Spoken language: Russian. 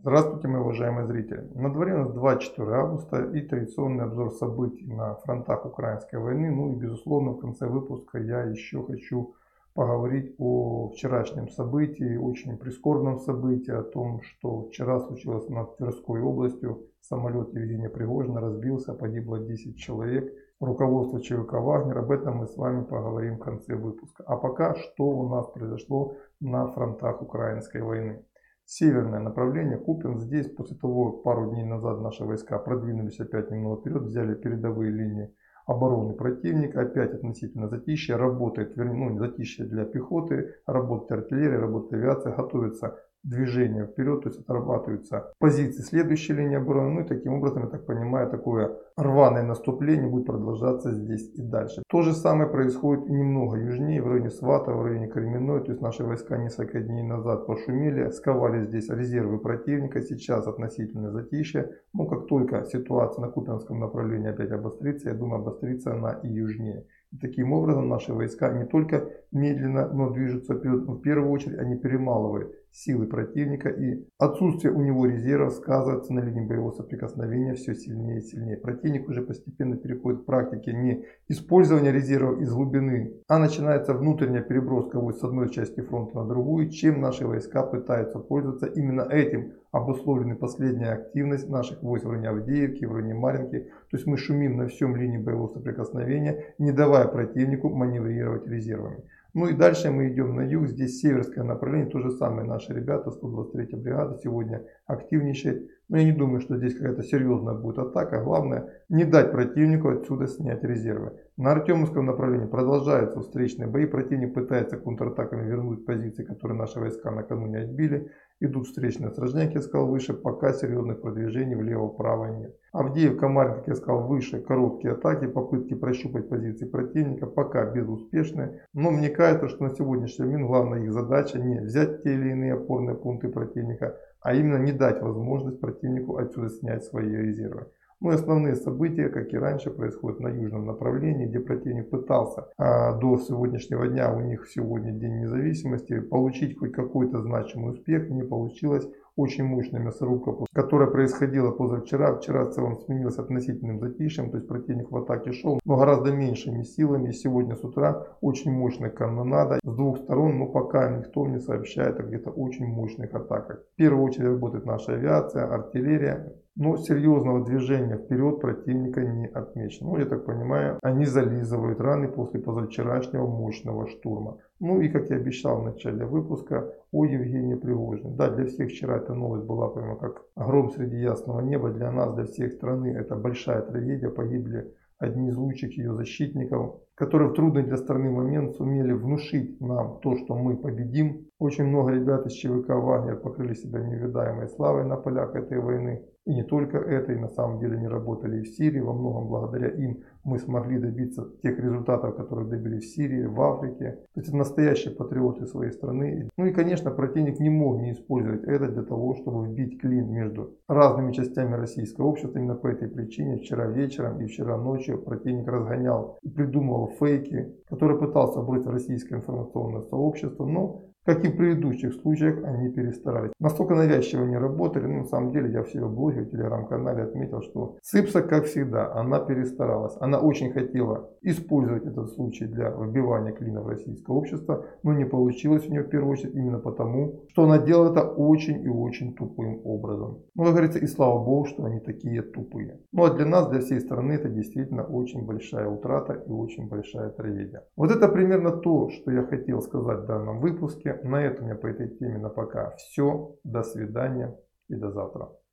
Здравствуйте, мои уважаемые зрители! На дворе у нас 24 августа и традиционный обзор событий на фронтах украинской войны. Ну и безусловно в конце выпуска я еще хочу поговорить о вчерашнем событии, очень прискорбном событии, о том, что вчера случилось над Тверской областью. Самолет Евгения Пригожина разбился, погибло 10 человек. Руководство ЧВК «Вагнер». Об этом мы с вами поговорим в конце выпуска. А пока, что у нас произошло на фронтах украинской войны. Северное направление, Купянск. Здесь после того, пару дней назад наши войска продвинулись опять немного вперед, взяли передовые линии обороны противника, опять относительно затишье, работает, не затишье для пехоты, работает артиллерия, работает авиация, готовится движение вперед, то есть отрабатываются позиции следующей линии обороны. Ну и таким образом, я так понимаю, такое рваное наступление будет продолжаться здесь и дальше. То же самое происходит немного южнее, в районе Сватова, в районе Кременной. То есть наши войска несколько дней назад пошумели, сковали здесь резервы противника. Сейчас относительно затишье. Но как только ситуация на Купянском направлении опять обострится, я думаю, обострится она и южнее. И таким образом наши войска не только медленно, но движутся вперед, но в первую очередь они перемалывают силы противника, и отсутствие у него резервов сказывается на линии боевого соприкосновения все сильнее и сильнее. Противник уже постепенно переходит к практике не использования резервов из глубины, а начинается внутренняя переброска войск с одной части фронта на другую, чем наши войска пытаются пользоваться. Именно этим обусловлена последняя активность наших войск в районе Авдеевки, в районе Марьинки. То есть мы шумим на всем линии боевого соприкосновения, не давая противнику маневрировать резервами. Ну и дальше мы идем на юг, здесь северское направление, то же самое наши ребята, 123-я бригада сегодня активничает. Но я не думаю, что здесь какая-то серьезная будет атака. Главное не дать противнику отсюда снять резервы. На Артемовском направлении продолжаются встречные бои. Противник пытается контратаками вернуть позиции, которые наши войска накануне отбили. Идут встречные сражения, как я сказал выше, пока серьезных продвижений влево-вправо нет. Авдеевка, Марьинка, как я сказал выше, короткие атаки, попытки прощупать позиции противника, пока безуспешные. Но мне кажется, что на сегодняшний момент главная их задача не взять те или иные опорные пункты противника, а именно не дать возможность противнику отсюда снять свои резервы. Ну и основные события, как и раньше, происходят на южном направлении, где противник пытался до сегодняшнего дня, у них сегодня День независимости, получить хоть какой-то значимый успех. Не получилось. Очень мощная мясорубка, которая происходила позавчера. Вчера в целом сменилась относительным затишьем, то есть противник в атаке шел, но гораздо меньшими силами. Сегодня с утра очень мощная канонада с двух сторон, но пока никто не сообщает о где-то очень мощных атаках. В первую очередь работает наша авиация, артиллерия. Но серьезного движения вперед противника не отмечено. Ну, я так понимаю, они зализывают раны после позавчерашнего мощного штурма. Ну и, как я обещал в начале выпуска, о Евгении Пригожине. Да, для всех вчера эта новость была прямо как гром среди ясного неба. Для нас, для всей страны это большая трагедия. Погибли одни из лучших ее защитников, которые в трудный для страны момент сумели внушить нам то, что мы победим. Очень много ребят из ЧВК «Вагнер» покрыли себя невидаемой славой на полях этой войны. И не только это, и на самом деле они работали и в Сирии. Во многом благодаря им мы смогли добиться тех результатов, которые добились в Сирии, в Африке. То есть это настоящие патриоты своей страны. Ну и, конечно, противник не мог не использовать это для того, чтобы вбить клин между разными частями российского общества. Именно по этой причине вчера вечером и вчера ночью противник разгонял и придумывал фейки, которые пытался брать в российское информационное сообщество, но как и в предыдущих случаях, они перестарались. Настолько навязчиво они работали, но на самом деле я в себе в блоге, в телеграм-канале отметил, что Цыпса, как всегда, она перестаралась. Она очень хотела использовать этот случай для выбивания клина в российское общество, но не получилось у нее в первую очередь именно потому, что она делала это очень и очень тупым образом. Ну, как говорится, и слава богу, что они такие тупые. Ну а для нас, для всей страны, это действительно очень большая утрата и очень большая трагедия. Вот это примерно то, что я хотел сказать в данном выпуске. На этом у меня по этой теме на пока все. До свидания и до завтра.